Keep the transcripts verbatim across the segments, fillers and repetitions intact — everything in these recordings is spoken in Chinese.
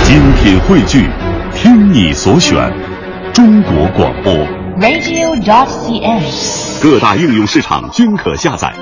精品汇聚，听你所选，中国广播 radio dot c n， 各大应用市场均可下载。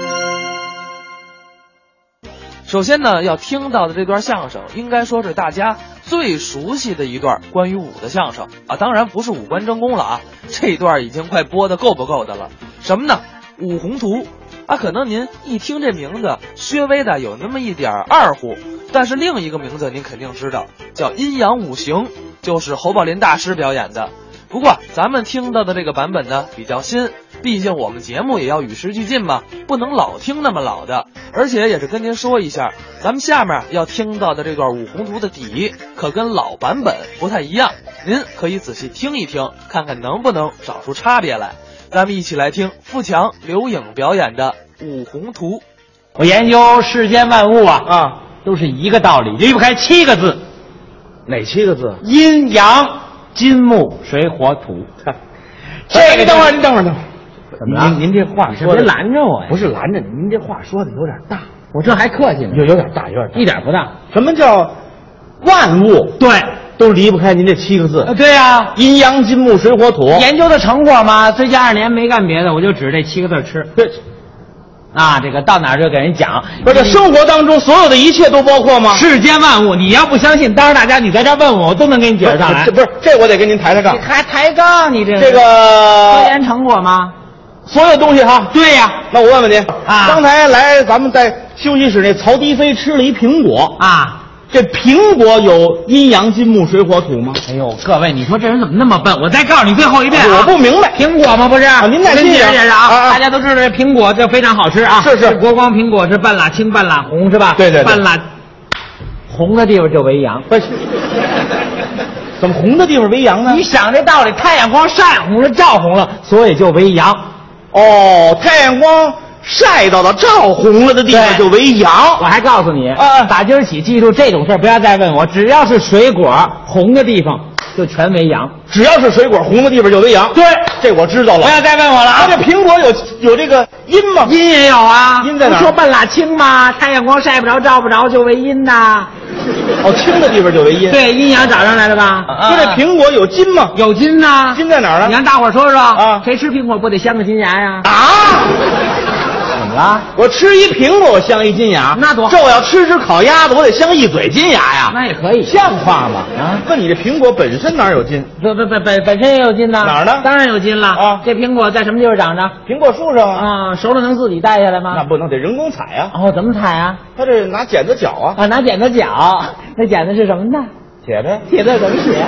首先呢，要听到的这段相声，应该说是大家最熟悉的一段关于武的相声啊，当然不是五官争功了啊，这段已经快播的够不够的了。什么呢？五宏图啊，可能您一听这名字，稍微的有那么一点二乎，但是另一个名字您肯定知道，叫阴阳五行，就是侯宝林大师表演的。不过咱们听到的这个版本呢比较新，毕竟我们节目也要与时俱进嘛，不能老听那么老的。而且也是跟您说一下，咱们下面要听到的这段五宏图的底可跟老版本不太一样，您可以仔细听一听，看看能不能找出差别来。咱们一起来听富强、刘颖表演的五宏图。 我研究世间万物啊啊，都是一个道理，离不开七个字。 哪七个字？ 阴阳金木水火土。 这个等会儿，您等会儿，等会儿。您您这话说别拦着我呀！ 不是拦着你，您这话说的有点大。 我这还客气呢， 有有点大，有点大， 一点不大。 什么叫万物？ 对， 都离不开您这七个字。 呃、对呀、啊， 阴阳金木水火土。 研究的成果嘛，最近二年没干别的，我就指这七个字吃。 对。 啊，这个到哪儿就给人讲， 不是生活当中所有的一切都包括吗？ 世间万物，你要不相信，当着大家你在这问我，我都能给你解释上来。 这不是这，我得跟您抬抬杠。 还抬杠？你这这个科研成果吗？ 所有东西哈。 对呀、啊。 那我问问您啊， 刚才来咱们在休息室那曹迪飞吃了一苹果啊。 这苹果有阴阳金木水火土吗？ 哎呦，各位，你说这人怎么那么笨？我再告诉你最后一遍、啊， 我不明白。 苹果吗？不是， 啊、您再解释解释啊！ 啊啊大家都知道这苹果这非常好吃啊， 是是， 国光苹果是半拉青半拉红是吧？ 对对对， 半拉红的地方就为阳， 不是？怎么红的地方为阳呢？ 你想这道理，太阳光晒红了、照红了，所以就为阳。 哦，太阳光晒到了照红了的地方就为阳。 我还告诉你， 啊， 打今儿起记住这种事儿，不要再问我。只要是水果红的地方，就全为阳。 只要是水果红的地方就为阳。 对， 这我知道了。 不要再问我了啊！ 这苹果有有这个阴吗？ 阴也有啊。 阴在哪儿？ 不说半拉青吗？太阳光晒不着、照不着就为阴呐。 哦，青的地方就为阴。 对，阴阳找上来了吧？ 说这苹果有筋吗？ 有筋呐。 筋在哪儿呢？ 你让大伙说说啊， 谁吃苹果不得镶个金牙呀？ 啊！ 怎么了？ 我吃一苹果，我镶一金牙， 那多好。 这我要吃只烤鸭子，我得镶一嘴金牙呀。 那也可以， 像话吗？ 啊， 问你这苹果本身哪儿有筋？ 不不不本本身也有筋呐。 哪儿呢？ 当然有筋了啊！ 这苹果在什么地方长着？ 苹果树上啊。 啊，熟了能自己带下来吗？ 那不能，得人工采啊。 哦，怎么采啊？ 他这拿剪子绞啊。 啊，拿剪子绞。那剪子是什么呢？ 铁的。 铁的怎么写？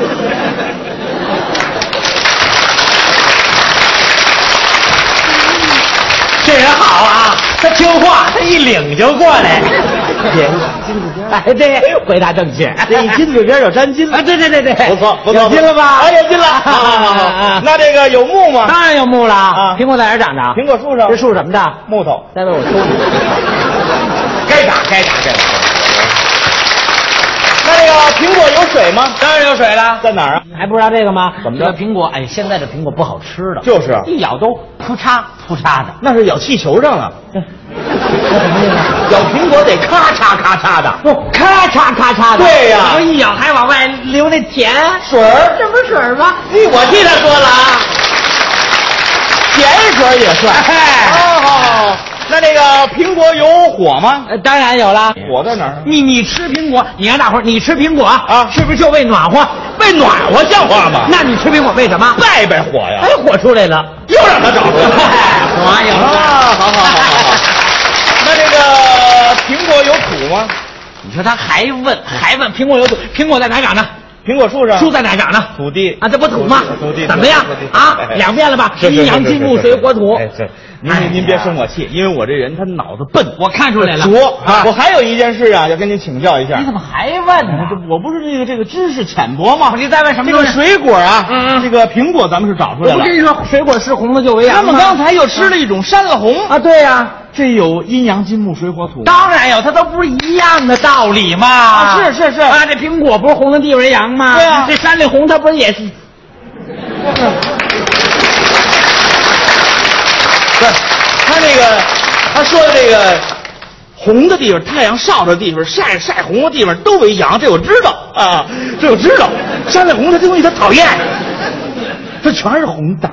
这人好啊，他听话，他一领就过来。 剪金子边， 哎，对，回答正确。 这一金子边有沾金啊，对对对对， 不错不错， 有金了吧？ 啊，有金了。好好好好，那这个有木吗？ 当然有木了啊。 苹果在哪儿长着？ 苹果树上。 这树什么的？ 木头。 再为我抽你。 该打该打该打。那这个苹果有水吗？ 当然有水了。 在哪儿啊？ 还不知道这个吗？ 怎么着？ 这苹果，哎，现在这苹果不好吃的， 就是一咬都扑嚓扑嚓的。 那是咬气球上了。 那什么意思？ 咬苹果得咔嚓咔嚓的， 不，咔嚓咔嚓的。 对呀， 然后一咬还往外流那甜水儿， 这不是水儿吗？ 我替他说了啊，甜水也算。 哎， 好好好。那这个苹果有火吗？ 呃，当然有了。 火在哪儿？ 你你吃苹果，你让大伙儿你吃苹果啊， 是不是就为暖和？ 为暖和像话吗？ 那你吃苹果为什么？ 拜拜火呀！ 哎，火出来了， 又让他找出来了。 火有了。 啊，好好好好好。那这个苹果有土吗？ 你说他还问还问苹果有土？苹果在哪长呢？ 苹果树上。 树在哪长呢？ 土地啊，这不土吗？ 土地怎么样啊？两遍了吧？阴阳金木水火土。 哎，是。您您别生我气，因为我这人他脑子笨， 我看出来了。 拙啊！我还有一件事啊，要跟您请教一下。 你怎么还问呢？ 我不是这个这个知识浅薄吗？ 你再问什么？ 这个水果啊， 嗯嗯， 这个苹果咱们是找出来了。 我跟你说，水果是红的就为阳。 他们刚才又吃了一种山了红啊，对呀， 这有阴阳金木水火土。 当然有，它都不是一样的道理嘛。 啊，是是是啊，这苹果不是红的地为阳吗？ 对啊， 这山里红它不是也是？ 对，他那个他说的这个红的地方，太阳晒着的地方，晒晒红的地方都为阳，这我知道啊，这我知道。山里红它这东西它讨厌，这全是红的。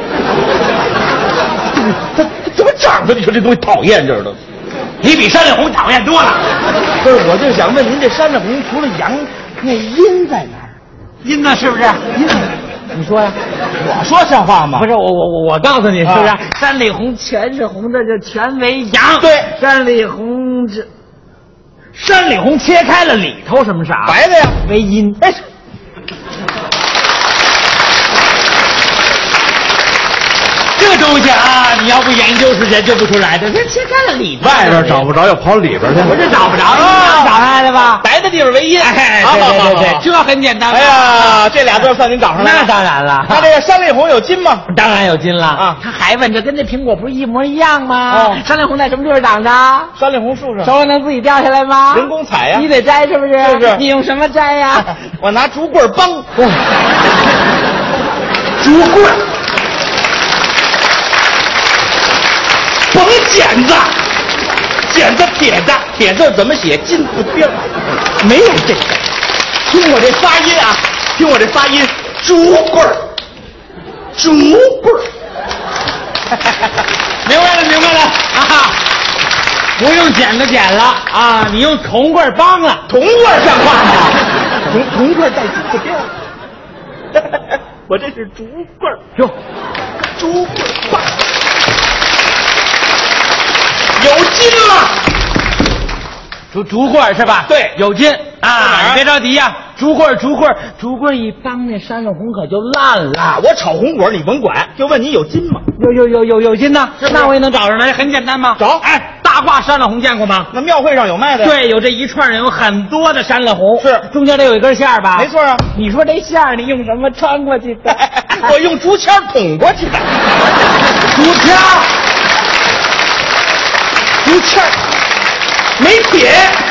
它它怎么长的？你说这东西讨厌劲儿的， 你比山里红讨厌多了。 不是，我就想问您，这山里红除了阳，那阴在哪儿？ 阴呢？是不是？ 阴，你说呀？我说像话吗？ 不是，我我我我告诉你，是不是？ 啊山里红全是红的，就全为阳。 对， 山里红这，山里红切开了里头什么啥？ 白的呀， 为阴。 哎。 这东西啊，你要不研究是研究不出来的。这切开了里头， 外边找不着，要跑里边去。 不是找不着啊，找出来的吧？ 白的地方为阴。 哎，对对对对，这很简单。 哎呀，这俩字算您找上来了。 那当然了。 他这个山里红有金吗？ 当然有金了啊！ 他还问这跟这苹果不是一模一样吗？ 哦， 山里红在什么地方长的？ 山里红树上。 手上能自己掉下来吗？ 人工采呀。 你得摘是不是？ 是不是？ 你用什么摘呀？ 我拿竹棍帮。 竹棍。 甭剪子，剪子铁的，铁字怎么写？金字边，没有这个。听我这发音啊，听我这发音，竹棍儿，竹棍儿。 明白了，明白了啊！不用剪子剪了啊，你用铜棍帮了。 铜棍像话吗？铜铜棍带金字边。我这是竹棍儿， 哟， 竹棍棒。有金吗？ 竹竹棍是吧？ 对， 有金啊！你别着急呀、啊，竹棍竹棍竹棍一帮，那山里红可就烂了。 我炒红果你甭管，就问你有金吗？ 有有有有有金呢，那我也能找上来，很简单吗？ 找， 哎，大挂山里红见过吗？ 那庙会上有卖的呀。 对，有这一串有很多的山里红， 是中间得有一根线吧？ 没错啊。 你说这线你用什么穿过去的？ 我用竹签捅过去的。 竹签。 竹签没铁，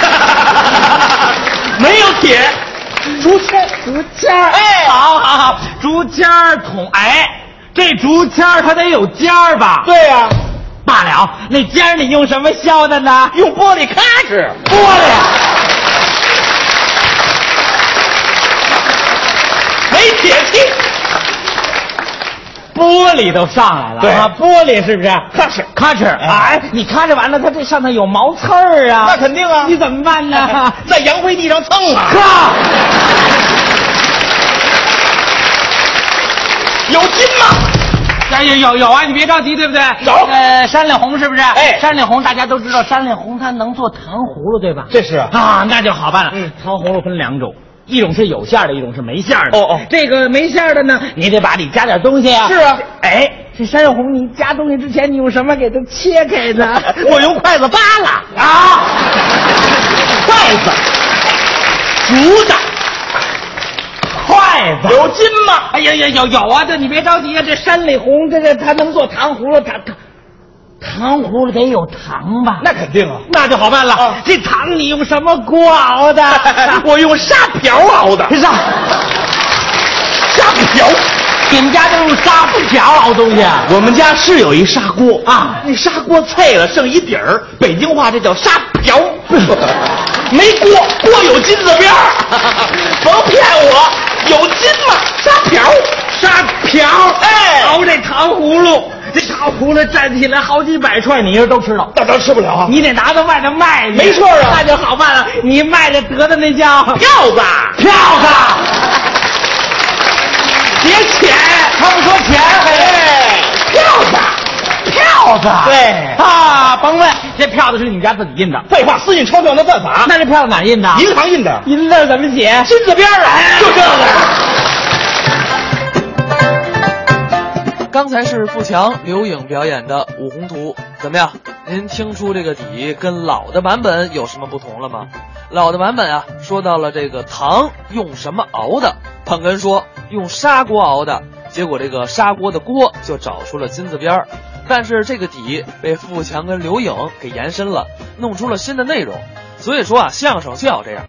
没有铁，竹签， 竹签，哎，好好好，竹签捅，哎，这竹签它得有尖儿吧？ 对呀、啊， 罢了，那尖儿你用什么削的呢？ 用玻璃咔哧， 玻璃， 没铁器。 玻璃都上来了， 对啊，玻璃是不是？ 咔哧咔哧，哎，你咔哧完了，它这上头有毛刺儿啊， 那肯定啊， 你怎么办呢？ 在洋灰地上蹭啊！ 哈， 有金吗？ 有有有啊，你别着急，对不对？ 有。 呃，山里红是不是？ 哎， 山里红大家都知道，山里红它能做糖葫芦，对吧？ 这是啊， 啊，那就好办了。 嗯， 糖葫芦分两种。一种是有馅的，一种是没馅的。 哦哦， 这个没馅的呢，你得把里加点东西啊。 是啊， 哎，这山药红你加东西之前，你用什么给它切开呢？ 我用筷子扒拉啊， 筷子，竹的， 筷子有金吗？ 哎呀呀，有有啊！这你别着急啊，这山里红这个它能做糖葫芦，它它糖葫芦得有糖吧？ 那肯定啊， 那就好办了。 啊、 这糖你用什么锅熬的？ 我用沙瓢熬的。 沙沙瓢， 你们家都用沙瓢熬东西啊？ 我们家是有一砂锅啊， 那砂锅碎了剩一底儿，北京话这叫沙瓢。没锅，锅有金字边儿，甭骗我，有金吗？沙瓢， 沙瓢， 哎， 熬这糖葫芦。这糖葫芦站起来好几百串，你都吃了， 那咱吃不了啊！ 你得拿到外头卖去。 没错啊， 那就好办了。你卖的得的那叫票子， 票子，别钱，他不说钱， 哎，票子， 票子， 对啊，甭问，这票子是你们家自己印的。 废话，私印钞票那犯法。 那这票子哪印的？ 银行印的。 银字怎么写？ 金字边儿啊，就这个。 刚才是富强、刘颖表演的《五宏图》，怎么样？您听出这个底跟老的版本有什么不同了吗？老的版本啊，说到了这个糖用什么熬的，胖根说用砂锅熬的，结果这个砂锅的锅就找出了金字边儿。但是这个底被富强跟刘颖给延伸了，弄出了新的内容。所以说啊，相声就要这样。